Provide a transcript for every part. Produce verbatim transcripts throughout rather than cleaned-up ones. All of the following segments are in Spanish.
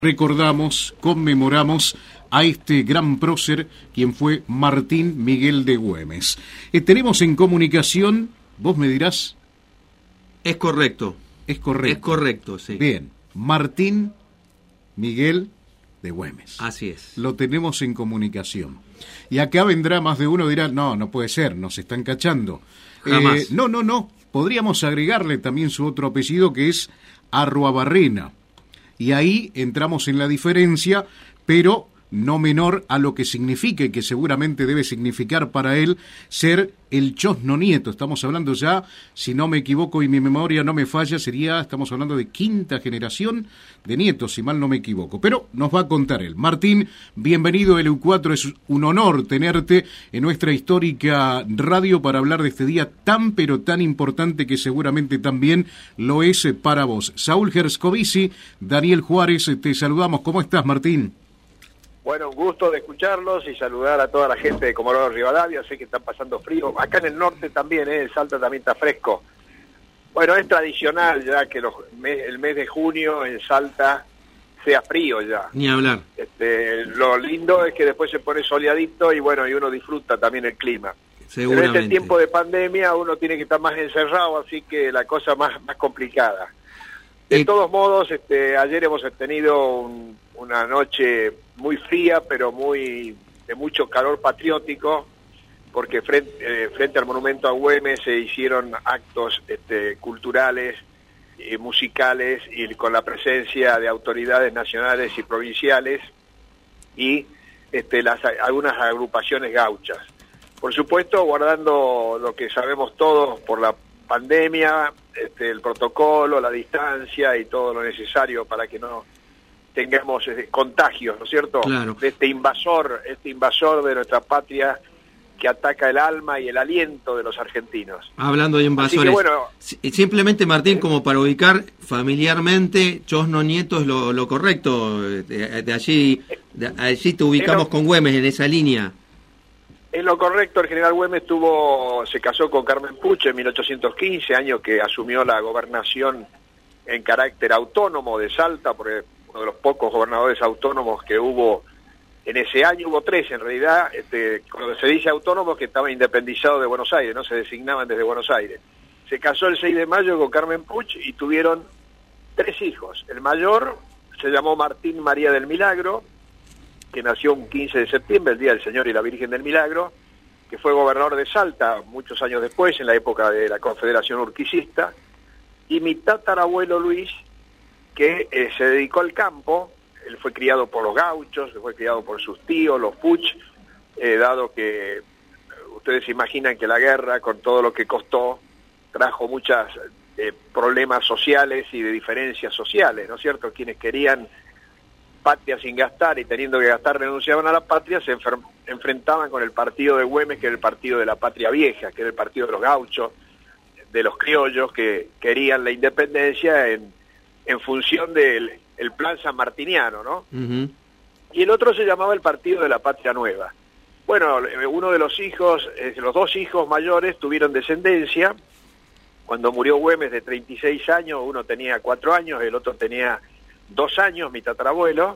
Recordamos, conmemoramos a este gran prócer, quien fue Martín Miguel de Güemes. Eh, tenemos en comunicación, vos me dirás... Es correcto. Es correcto. Es correcto, sí. Bien, Martín Miguel de Güemes. Así es. Lo tenemos en comunicación. Y acá vendrá más de uno, dirá, no, no puede ser, nos están cachando. Jamás. Eh, no, no, no, podríamos agregarle también su otro apellido, que es Arruabarrena. Y ahí entramos en la diferencia, pero no menor a lo que significa y que seguramente debe significar para él ser el Chosno Nieto. Estamos hablando ya, si no me equivoco y mi memoria no me falla, sería, estamos hablando de quinta generación de nietos, si mal no me equivoco. Pero nos va a contar él. Martín, bienvenido a L U cuatro, es un honor tenerte en nuestra histórica radio para hablar de este día tan pero tan importante que seguramente también lo es para vos. Saúl Herscovici, Daniel Juárez, te saludamos. ¿Cómo estás, Martín? Bueno, un gusto de escucharlos y saludar a toda la gente de Comodoro Rivadavia. Sé que están pasando frío. Acá en el norte también, ¿eh? El Salta también está fresco. Bueno, es tradicional ya que los, el mes de junio en Salta sea frío ya. Ni hablar. Este, lo lindo es que después se pone soleadito y bueno, y uno disfruta también el clima. Seguramente. En este tiempo de pandemia uno tiene que estar más encerrado, así que la cosa más, más complicada. De Y... todos modos, este, ayer hemos tenido un, una noche muy fría, pero muy de mucho calor patriótico, porque frente, eh, frente al monumento a Güemes se hicieron actos este, culturales, y musicales, y con la presencia de autoridades nacionales y provinciales, y este, las, algunas agrupaciones gauchas. Por supuesto, guardando lo que sabemos todos por la pandemia, este, el protocolo, la distancia y todo lo necesario para que no tengamos eh, contagios, ¿no es cierto? Claro. De este invasor, este invasor de nuestra patria que ataca el alma y el aliento de los argentinos. Hablando de invasores, Así que, bueno, simplemente, Martín, ¿eh? Como para ubicar familiarmente, Chosno Nieto es lo, lo correcto, de, de allí de allí te ubicamos lo, con Güemes en esa línea. Es lo correcto. El general Güemes tuvo, se casó con Carmen Puch en mil ochocientos quince, año que asumió la gobernación en carácter autónomo de Salta, porque uno de los pocos gobernadores autónomos que hubo en ese año, hubo tres en realidad, este, cuando se dice autónomos que estaban independizados de Buenos Aires, no se designaban desde Buenos Aires. Se casó el seis de mayo con Carmen Puch y tuvieron tres hijos. El mayor se llamó Martín María del Milagro, que nació un quince de septiembre, el Día del Señor y la Virgen del Milagro, que fue gobernador de Salta muchos años después, en la época de la Confederación Urquicista, y mi tatarabuelo Luis, que eh, se dedicó al campo. Él fue criado por los gauchos, fue criado por sus tíos, los Puch, eh, dado que eh, ustedes se imaginan que la guerra, con todo lo que costó, trajo muchos eh, problemas sociales y de diferencias sociales, ¿no es cierto? Quienes querían patria sin gastar y teniendo que gastar renunciaban a la patria, se enfrentaban con el partido de Güemes, que era el partido de la patria vieja, que era el partido de los gauchos, de los criollos que querían la independencia en, en función del el plan sanmartiniano, ¿no? Uh-huh. Y el otro se llamaba el Partido de la Patria Nueva. Bueno, uno de los hijos, eh, los dos hijos mayores tuvieron descendencia. Cuando murió Güemes de treinta y seis años, uno tenía cuatro años, el otro tenía dos años, mi tatarabuelo,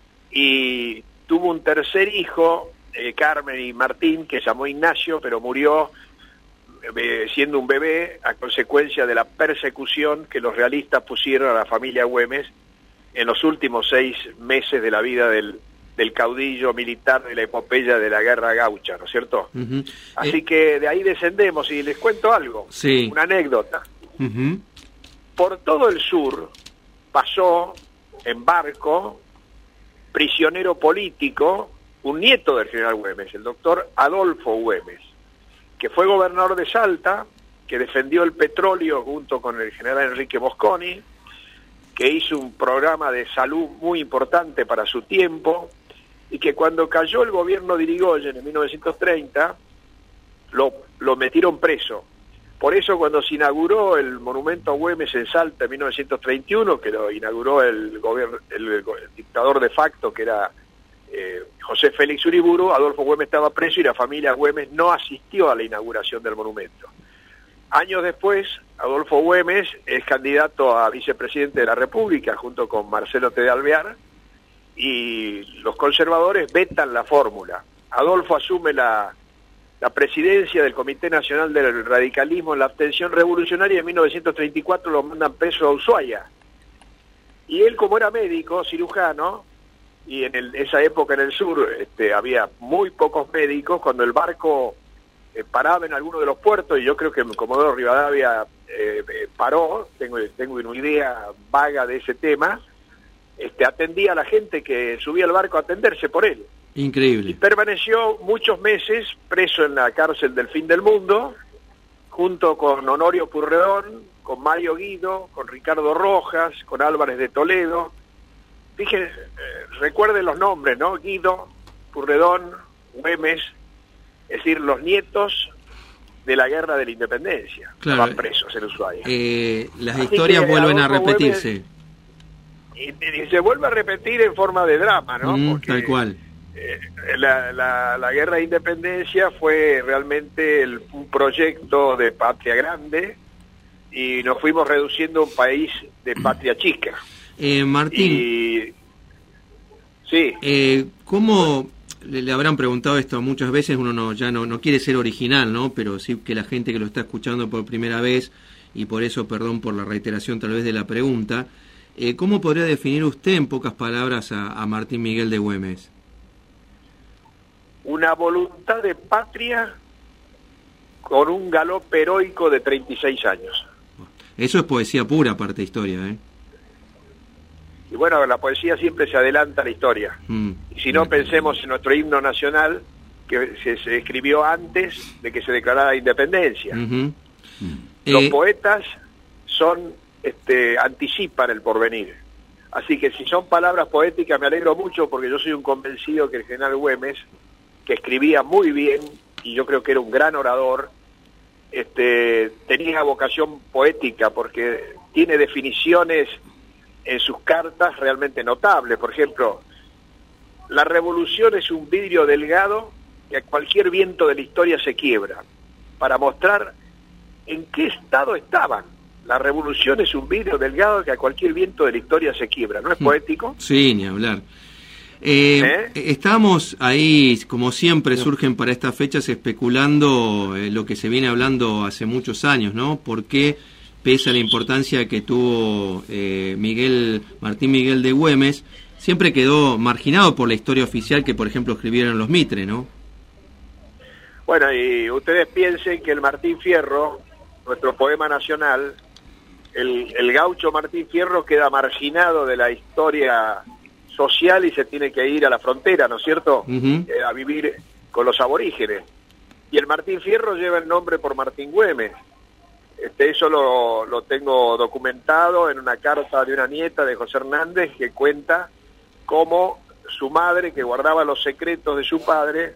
y tuvo un tercer hijo, eh, Carmen y Martín, que se llamó Ignacio, pero murió eh, siendo un bebé a consecuencia de la persecución que los realistas pusieron a la familia Güemes en los últimos seis meses de la vida del, del caudillo militar de la epopeya de la guerra gaucha, ¿no es cierto? Uh-huh. Así eh... que de ahí descendemos, y les cuento algo, sí. Una anécdota. Uh-huh. Por todo el sur pasó en barco, prisionero político, un nieto del general Güemes, el doctor Adolfo Güemes, que fue gobernador de Salta, que defendió el petróleo junto con el general Enrique Mosconi, que hizo un programa de salud muy importante para su tiempo, y que cuando cayó el gobierno de Irigoyen en mil novecientos treinta, lo, lo metieron preso. Por eso cuando se inauguró el monumento a Güemes en Salta en mil novecientos treinta y uno, que lo inauguró el, gobierno, el, el dictador de facto, que era eh, José Félix Uriburu, Adolfo Güemes estaba preso y la familia Güemes no asistió a la inauguración del monumento. Años después, Adolfo Güemes es candidato a vicepresidente de la República junto con Marcelo T. de Alvear, y los conservadores vetan la fórmula. Adolfo asume la, la presidencia del Comité Nacional del Radicalismo en la abstención revolucionaria y en mil novecientos treinta y cuatro lo mandan preso a Ushuaia. Y él, como era médico, cirujano, y en el, esa época en el sur este, había muy pocos médicos, cuando el barco eh, paraba en alguno de los puertos, y yo creo que el Comodoro Rivadavia eh, eh, paró, tengo, tengo una idea vaga de ese tema, este, atendía a la gente que subía al barco a atenderse por él. Increíble. Y permaneció muchos meses preso en la cárcel del Fin del Mundo, junto con Honorio Purredón, con Mario Guido, con Ricardo Rojas, con Álvarez de Toledo. Fíjense, eh, recuerden los nombres, ¿no? Guido, Purredón, Güemes, es decir, los nietos de la Guerra de la Independencia, claro, estaban presos en Ushuaia. Eh, las Así historias vuelven a repetirse. Güemes, y, y se vuelve a repetir en forma de drama, ¿no? Mm, Porque, tal cual. eh, la, la, la Guerra de Independencia fue realmente el, un proyecto de patria grande, y nos fuimos reduciendo a un país de patria chica. Eh, Martín, y... sí. Eh, ¿cómo le, le habrán preguntado esto muchas veces? Uno no ya no, no quiere ser original, ¿no? Pero sí que la gente que lo está escuchando por primera vez, y por eso, perdón por la reiteración tal vez de la pregunta, eh, ¿cómo podría definir usted en pocas palabras a, a Martín Miguel de Güemes? Una voluntad de patria con un galope heroico de treinta y seis años. Eso es poesía pura, aparte de historia, ¿eh? Y bueno, la poesía siempre se adelanta a la historia. Mm. Y si no, pensemos en nuestro himno nacional, que se, se escribió antes de que se declarara la independencia. Uh-huh. Los eh, poetas son, este, anticipan el porvenir. Así que si son palabras poéticas, me alegro mucho, porque yo soy un convencido que el general Güemes, que escribía muy bien, y yo creo que era un gran orador, este, tenía vocación poética, porque tiene definiciones en sus cartas realmente notables. Por ejemplo, la revolución es un vidrio delgado que a cualquier viento de la historia se quiebra, para mostrar en qué estado estaban. La revolución es un vidrio delgado que a cualquier viento de la historia se quiebra. ¿No es poético? Sí, ni hablar. Eh, ¿Eh? Estamos ahí, como siempre surgen para estas fechas, especulando eh, lo que se viene hablando hace muchos años, ¿no? ¿Por qué, pese a la importancia que tuvo eh, Miguel Martín Miguel de Güemes, siempre quedó marginado por la historia oficial que, por ejemplo, escribieron los Mitre, ¿no? Bueno, y ustedes piensen que el Martín Fierro, nuestro poema nacional, el, el gaucho Martín Fierro queda marginado de la historia social y se tiene que ir a la frontera, ¿no es cierto? Uh-huh. Eh, a vivir con los aborígenes. Y el Martín Fierro lleva el nombre por Martín Güemes. Este, eso lo, lo tengo documentado en una carta de una nieta de José Hernández, que cuenta cómo su madre, que guardaba los secretos de su padre,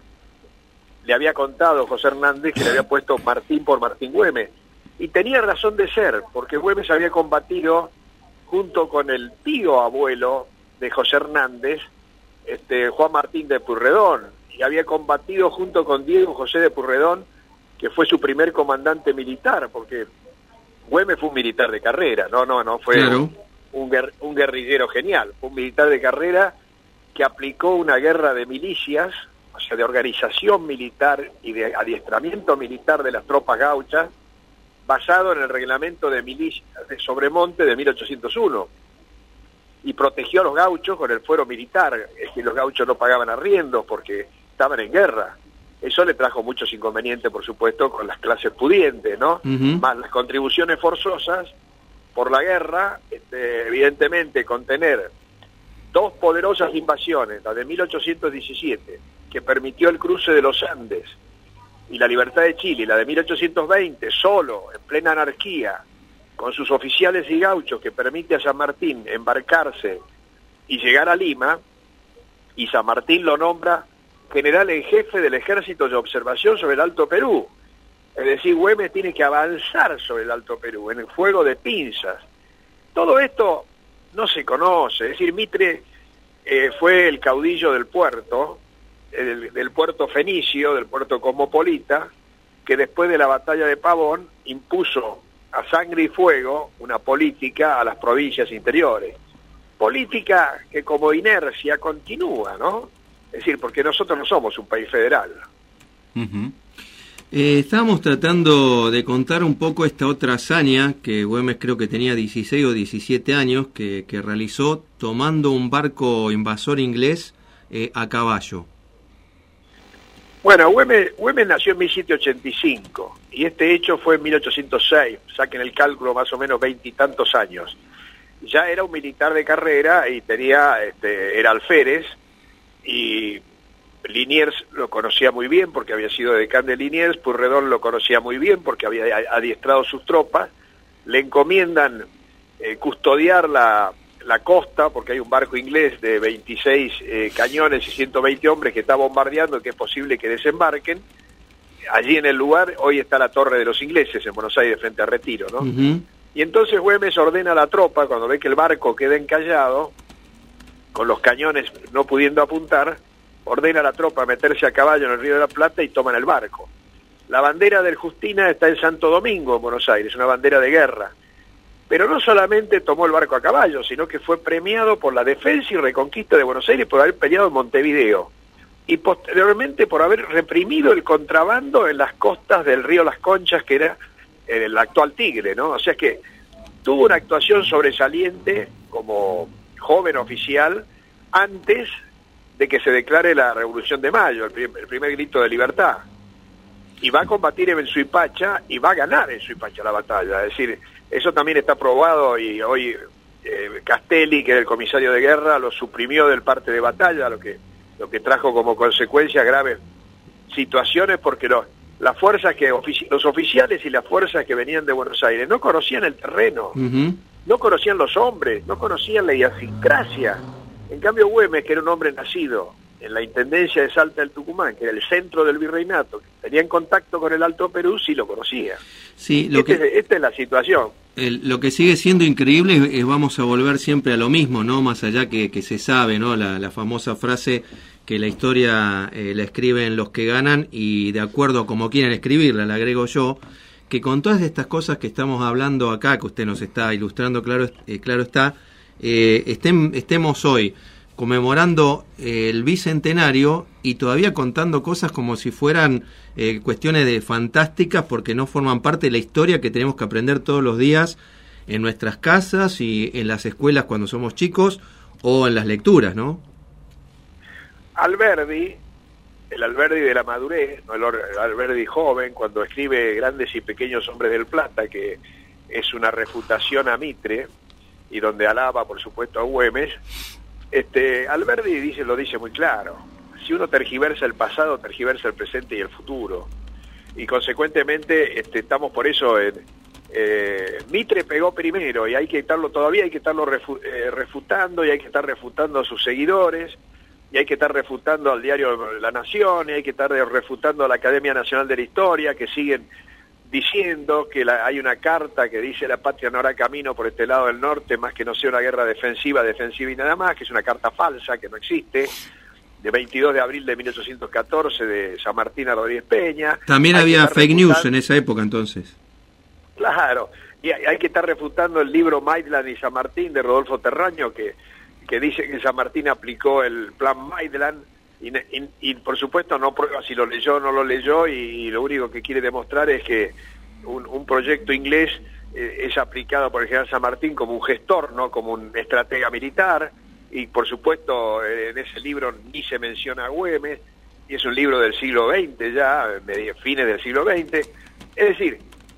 le había contado a José Hernández que le había puesto Martín por Martín Güemes. Y tenía razón de ser, porque Güemes había combatido junto con el tío abuelo de José Hernández, este, Juan Martín de Purredón, y había combatido junto con Diego José de Purredón, que fue su primer comandante militar, porque Güemes fue un militar de carrera, no, no, no fue claro. un, un, guer, un guerrillero genial, fue un militar de carrera que aplicó una guerra de milicias, o sea, de organización militar y de adiestramiento militar de las tropas gauchas, basado en el reglamento de milicias de Sobremonte de mil ochocientos uno. Y protegió a los gauchos con el fuero militar. Es que los gauchos no pagaban arriendos porque estaban en guerra. Eso le trajo muchos inconvenientes, por supuesto, con las clases pudientes, ¿no? Uh-huh. Más las contribuciones forzosas por la guerra, este, evidentemente, contener dos poderosas invasiones, la de mil ochocientos diecisiete, que permitió el cruce de los Andes, y la libertad de Chile, y la de mil ochocientos veinte, solo, en plena anarquía, con sus oficiales y gauchos, que permite a San Martín embarcarse y llegar a Lima, y San Martín lo nombra general en jefe del ejército de observación sobre el Alto Perú. Es decir, Güemes tiene que avanzar sobre el Alto Perú, en el fuego de pinzas. Todo esto no se conoce. Es decir, Mitre eh, fue el caudillo del puerto, el, del puerto fenicio, del puerto cosmopolita, que después de la batalla de Pavón impuso a sangre y fuego una política a las provincias interiores. política que como inercia continúa, ¿no? Es decir, porque nosotros no somos un país federal. Uh-huh. Eh, estábamos tratando de contar un poco esta otra hazaña que Güemes creo que tenía dieciséis o diecisiete años, que, que realizó tomando un barco invasor inglés eh, a caballo. Bueno, Güemes, Güemes nació en mil setecientos ochenta y cinco y este hecho fue en mil ochocientos seis, saquen el cálculo, más o menos veintitantos años. Ya era un militar de carrera y tenía, este, era alférez, y Liniers lo conocía muy bien porque había sido decán de Liniers, Pueyrredón lo conocía muy bien porque había adiestrado sus tropas, le encomiendan eh, custodiar la, la costa porque hay un barco inglés de veintiséis eh, cañones y ciento veinte hombres que está bombardeando y que es posible que desembarquen. Allí en el lugar hoy está la Torre de los Ingleses en Buenos Aires frente a Retiro, ¿no? Uh-huh. Y entonces Güemes ordena a la tropa, cuando ve que el barco queda encallado, con los cañones no pudiendo apuntar, ordena a la tropa meterse a caballo en el Río de la Plata y toman el barco. La bandera del Justina está en Santo Domingo, en Buenos Aires, una bandera de guerra. Pero no solamente tomó el barco a caballo, sino que fue premiado por la defensa y reconquista de Buenos Aires por haber peleado en Montevideo. Y posteriormente por haber reprimido el contrabando en las costas del río Las Conchas, que era el actual Tigre, ¿no? O sea que tuvo una actuación sobresaliente como joven oficial antes de que se declare la Revolución de Mayo, el primer, el primer grito de libertad. Y va a combatir en Suipacha y va a ganar en Suipacha la batalla. Es decir, eso también está probado y hoy eh, Castelli, que era el comisario de guerra, lo suprimió del parte de batalla, lo que, lo que trajo como consecuencia graves situaciones porque los, las fuerzas que ofici- los oficiales y las fuerzas que venían de Buenos Aires no conocían el terreno. Uh-huh. No conocían los hombres, no conocían la idiosincrasia. En cambio Güemes, que era un hombre nacido en la Intendencia de Salta del Tucumán, que era el centro del virreinato, que tenía en contacto con el Alto Perú, sí lo conocía. Sí, lo este, que, esta es la situación. El, lo que sigue siendo increíble es, es vamos a volver siempre a lo mismo, ¿no? Más allá que, que se sabe, ¿no? La, la famosa frase que la historia eh, la escriben los que ganan y de acuerdo a como quieren escribirla, la agrego yo, que con todas estas cosas que estamos hablando acá, que usted nos está ilustrando, claro, eh, claro está, eh, estén, estemos hoy conmemorando eh, el bicentenario y todavía contando cosas como si fueran eh, cuestiones de fantásticas porque no forman parte de la historia que tenemos que aprender todos los días en nuestras casas y en las escuelas cuando somos chicos o en las lecturas, ¿no? Alberdi, el Alberdi de la madurez, no el Alberdi joven, cuando escribe Grandes y Pequeños Hombres del Plata, que es una refutación a Mitre y donde alaba, por supuesto, a Güemes, este, Alberdi dice, lo dice muy claro: si uno tergiversa el pasado, tergiversa el presente y el futuro. Y consecuentemente este, estamos por eso en, eh, Mitre pegó primero y hay que estarlo todavía, hay que estarlo refu eh, refutando y hay que estar refutando a sus seguidores y hay que estar refutando al diario La Nación y hay que estar refutando a la Academia Nacional de la Historia, que siguen diciendo que la, hay una carta que dice la patria no hará camino por este lado del norte más que no sea una guerra defensiva, defensiva y nada más, que es una carta falsa, que no existe, de veintidós de abril de mil ochocientos catorce de San Martín a Rodríguez Peña. También hay había fake news en esa época entonces. Claro, y hay, hay que estar refutando el libro Maitland y San Martín de Rodolfo Terraño, que, que dice que San Martín aplicó el plan Maitland. Y, y, y por supuesto no prueba si lo leyó o no lo leyó y, y lo único que quiere demostrar es que un, un proyecto inglés eh, es aplicado por el general San Martín como un gestor, no como un estratega militar, y por supuesto eh, en ese libro ni se menciona a Güemes, y es un libro del siglo veinte ya, medio, fines del siglo veinte. Es decir,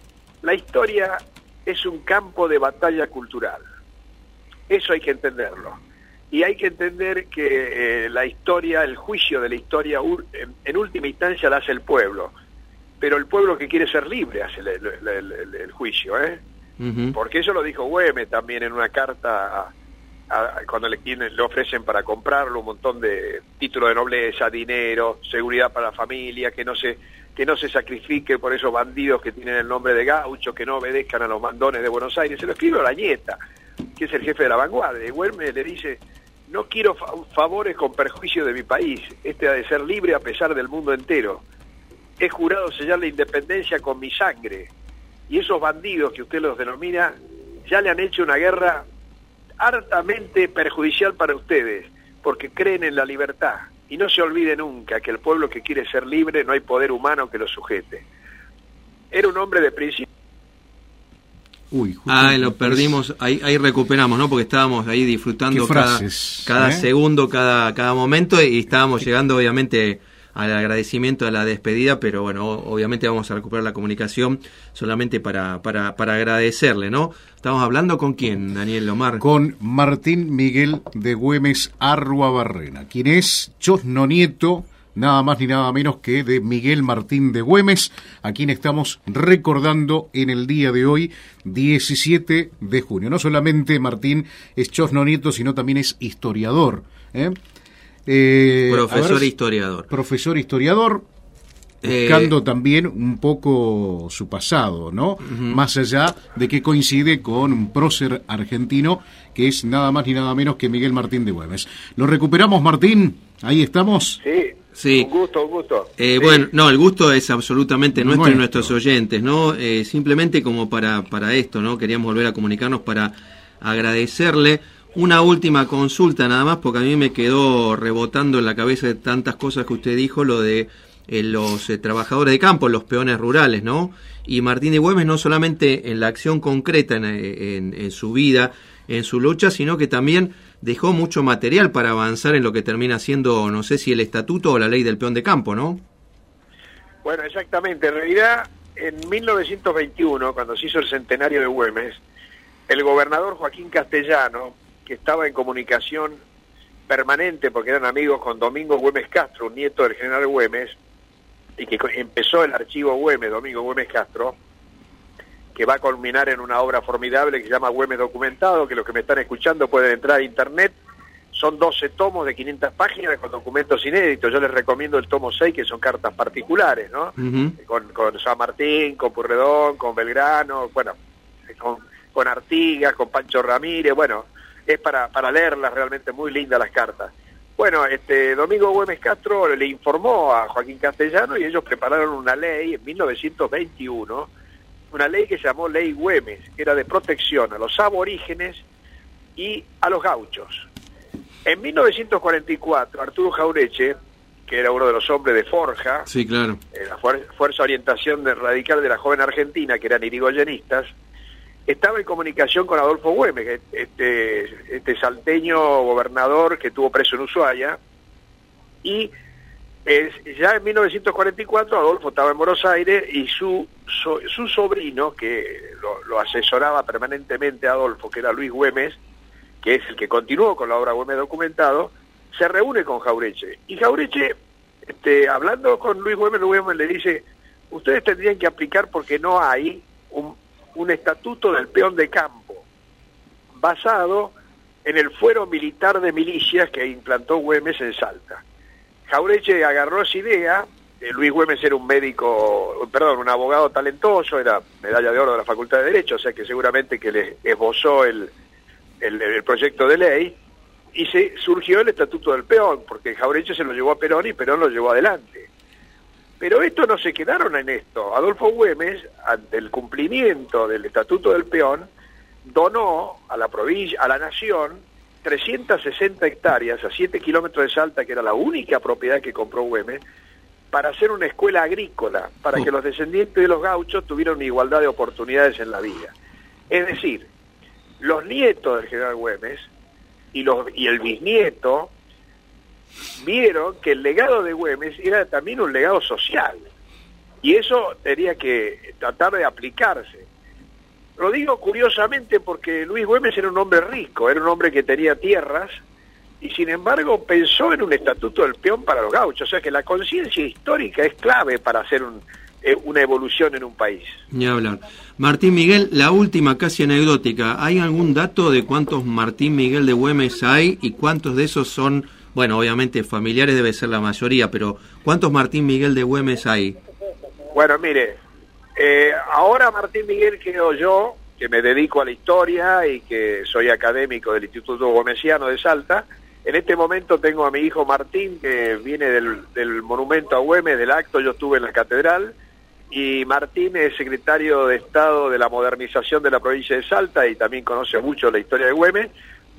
la historia es un campo de batalla cultural, eso hay que entenderlo. Y hay que entender que eh, la historia, el juicio de la historia, en, en última instancia la hace el pueblo. Pero el pueblo que quiere ser libre hace el, el, el, el, el juicio, ¿eh? Uh-huh. Porque eso lo dijo Güemes también en una carta, a, a, cuando le, le ofrecen para comprarlo un montón de títulos de nobleza, dinero, seguridad para la familia, que no se, que no se sacrifique por esos bandidos que tienen el nombre de gaucho, que no obedezcan a los mandones de Buenos Aires. Se lo escribe Olañeta, que es el jefe de la vanguardia. Y Güemes le dice: no quiero fa favores con perjuicio de mi país, este ha de ser libre a pesar del mundo entero. He jurado sellar la independencia con mi sangre, y esos bandidos que usted los denomina ya le han hecho una guerra hartamente perjudicial para ustedes, porque creen en la libertad. Y no se olvide nunca que el pueblo que quiere ser libre no hay poder humano que lo sujete. Era un hombre de principio. Uy, ah, lo perdimos, ahí, ahí recuperamos, ¿no? Porque estábamos ahí disfrutando frases, cada, cada ¿eh? segundo, cada, cada momento, y estábamos llegando obviamente al agradecimiento a la despedida, pero bueno, obviamente vamos a recuperar la comunicación solamente para, para, para agradecerle, ¿no? Estamos hablando con quién, Daniel Omar. Con Martín Miguel de Güemes Arruabarrena, quien es chosno nieto, nada más ni nada menos que de Miguel Martín de Güemes, a quien estamos recordando en el día de hoy, diecisiete de junio. No solamente Martín es chosno nieto, sino también es historiador, ¿eh? Eh, profesor ver, historiador. Profesor historiador, buscando eh, también un poco su pasado, ¿no? Uh-huh. Más allá de que coincide con un prócer argentino que es nada más ni nada menos que Miguel Martín de Güemes. ¿Lo recuperamos, Martín? ¿Ahí estamos? Sí. Sí. Un gusto, un gusto. Eh, sí. Bueno, no, el gusto es absolutamente nuestro, nuestro. y nuestros oyentes, ¿no? Eh, simplemente como para, para esto, ¿no? Queríamos volver a comunicarnos para agradecerle. Una última consulta nada más, porque a mí me quedó rebotando en la cabeza de tantas cosas que usted dijo, lo de eh, los eh, trabajadores de campo, los peones rurales, ¿no? Y Martín de Güemes no solamente en la acción concreta en, en, en su vida, en su lucha, sino que también dejó mucho material para avanzar en lo que termina siendo, no sé si el estatuto o la ley del peón de campo, ¿no? Bueno, exactamente. En realidad, en mil novecientos veintiuno, cuando se hizo el centenario de Güemes, el gobernador Joaquín Castellano, que estaba en comunicación permanente, porque eran amigos con Domingo Güemes Castro, un nieto del general Güemes, y que empezó el archivo Güemes, Domingo Güemes Castro, que va a culminar en una obra formidable que se llama Güemes Documentado, que los que me están escuchando pueden entrar a internet. Son doce tomos de quinientas páginas con documentos inéditos. Yo les recomiendo el tomo seis, que son cartas particulares, ¿no? Uh-huh. Con, con San Martín, con Purredón, con Belgrano, bueno, con, con Artigas, con Pancho Ramírez, bueno, es para, para leerlas, realmente muy lindas las cartas. Bueno, este Domingo Güemes Castro le informó a Joaquín Castellano y ellos prepararon una ley en mil novecientos veintiuno, una ley que se llamó Ley Güemes, que era de protección a los aborígenes y a los gauchos. En mil novecientos cuarenta y cuatro, Arturo Jaureche, que era uno de los hombres de Forja, sí, claro, eh, la fuer- Fuerza Orientación de Radical de la Joven Argentina, que eran irigoyenistas, estaba en comunicación con Adolfo Güemes, este, este salteño gobernador que tuvo preso en Ushuaia, y es, ya en mil novecientos cuarenta y cuatro Adolfo estaba en Buenos Aires y su, so, su sobrino, que lo, lo asesoraba permanentemente a Adolfo, que era Luis Güemes, que es el que continuó con la obra Güemes Documentado, se reúne con Jaureche. Y Jaureche, este, hablando con Luis Güemes, Luis Güemes le dice, ustedes tendrían que aplicar porque no hay un, un estatuto del peón de campo basado en el fuero militar de milicias que implantó Güemes en Salta. Jaureche agarró esa idea. eh, Luis Güemes era un médico, perdón, un abogado talentoso, era medalla de oro de la Facultad de Derecho, o sea que seguramente que le esbozó el El, el proyecto de ley, y se surgió el Estatuto del Peón, porque Jaureche se lo llevó a Perón y Perón lo llevó adelante. Pero estos no se quedaron en esto. Adolfo Güemes, ante el cumplimiento del Estatuto del Peón, donó a la provincia, a la nación, trescientas sesenta hectáreas a siete kilómetros de Salta, que era la única propiedad que compró Güemes, para hacer una escuela agrícola, para oh. que los descendientes de los gauchos tuvieran una igualdad de oportunidades en la vida. Es decir, los nietos del general Güemes y, los, y el bisnieto vieron que el legado de Güemes era también un legado social, y eso tenía que tratar de aplicarse. Lo digo curiosamente porque Luis Güemes era un hombre rico, era un hombre que tenía tierras, y sin embargo pensó en un estatuto del peón para los gauchos, o sea que la conciencia histórica es clave para hacer un... una evolución en un país. Ni hablar. Martín Miguel, la última casi anecdótica. ¿Hay algún dato de cuántos Martín Miguel de Güemes hay y cuántos de esos son, bueno, obviamente familiares debe ser la mayoría, pero cuántos Martín Miguel de Güemes hay? Bueno, mire, eh, ahora Martín Miguel creo yo, que me dedico a la historia y que soy académico del Instituto Güemesiano de Salta, en este momento tengo a mi hijo Martín, que viene del, del monumento a Güemes, del acto, yo estuve en la catedral, y Martín es secretario de Estado de la Modernización de la provincia de Salta y también conoce mucho la historia de Güemes,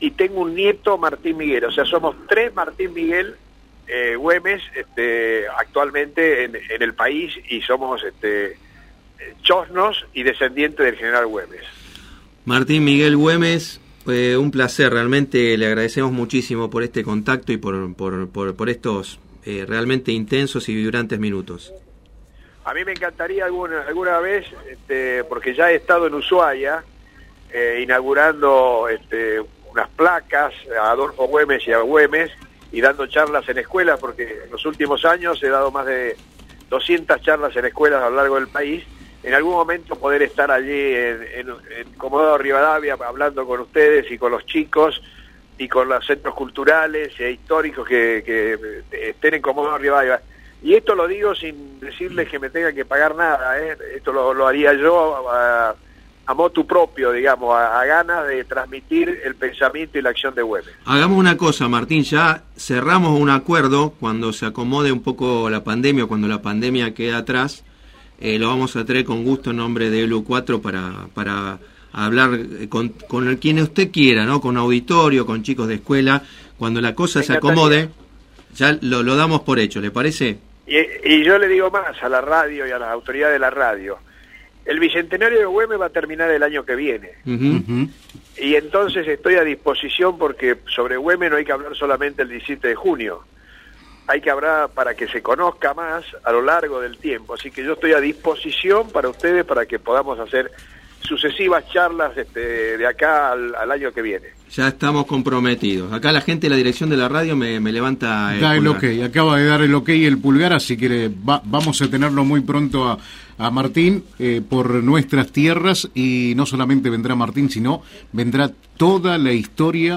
y tengo un nieto Martín Miguel, o sea, somos tres Martín Miguel eh, Güemes este, actualmente en, en el país, y somos este, chosnos y descendientes del general Güemes. Martín Miguel Güemes, eh, un placer, realmente le agradecemos muchísimo por este contacto y por, por, por, por estos eh, realmente intensos y vibrantes minutos. A mí me encantaría alguna, alguna vez, este, porque ya he estado en Ushuaia, eh, inaugurando este, unas placas a Adolfo Güemes y a Güemes, y dando charlas en escuelas, porque en los últimos años he dado más de doscientas charlas en escuelas a lo largo del país. En algún momento poder estar allí en, en, en Comodoro Rivadavia hablando con ustedes y con los chicos y con los centros culturales e históricos que, que estén en Comodoro Rivadavia. Y esto lo digo sin decirles que me tengan que pagar nada, ¿eh? Esto lo, lo haría yo a, a motu propio, digamos, a, a ganas de transmitir el pensamiento y la acción de Güemes. Hagamos una cosa, Martín, ya cerramos un acuerdo cuando se acomode un poco la pandemia, cuando la pandemia quede atrás, eh, lo vamos a traer con gusto en nombre de E L U cuatro para, para hablar con, con quien usted quiera, ¿no? Con auditorio, con chicos de escuela, cuando la cosa se acomode, ya lo, lo damos por hecho, ¿le parece? Y, y yo le digo más a la radio y a las autoridades de la radio, el bicentenario de Güemes va a terminar el año que viene. Uh-huh. Uh-huh. Y entonces estoy a disposición, porque sobre Güemes no hay que hablar solamente el diecisiete de junio, hay que hablar para que se conozca más a lo largo del tiempo. Así que yo estoy a disposición para ustedes, para que podamos hacer sucesivas charlas este, de acá al, al año que viene. Ya estamos comprometidos. Acá la gente de la dirección de la radio me, me levanta el Da el pulgar. ok, acaba de dar el ok y el pulgar, así que va, vamos a tenerlo muy pronto a, a Martín eh, por nuestras tierras, y no solamente vendrá Martín, sino vendrá toda la historia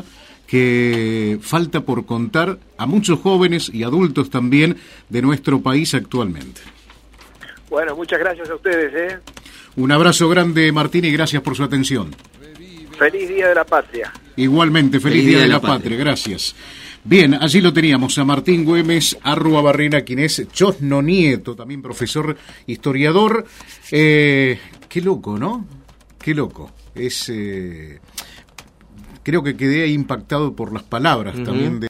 que falta por contar a muchos jóvenes y adultos también de nuestro país actualmente. Bueno, muchas gracias a ustedes, ¿eh? Un abrazo grande, Martín, y gracias por su atención. Feliz Día de la Patria. Igualmente, feliz, feliz Día, Día de la, la Patria. Patria, gracias. Bien, allí lo teníamos a Martín Güemes Arruabarrena, quien es chosno nieto, también profesor historiador. Eh, qué loco, ¿no? Qué loco. Es, eh, creo que quedé impactado por las palabras uh-huh. también de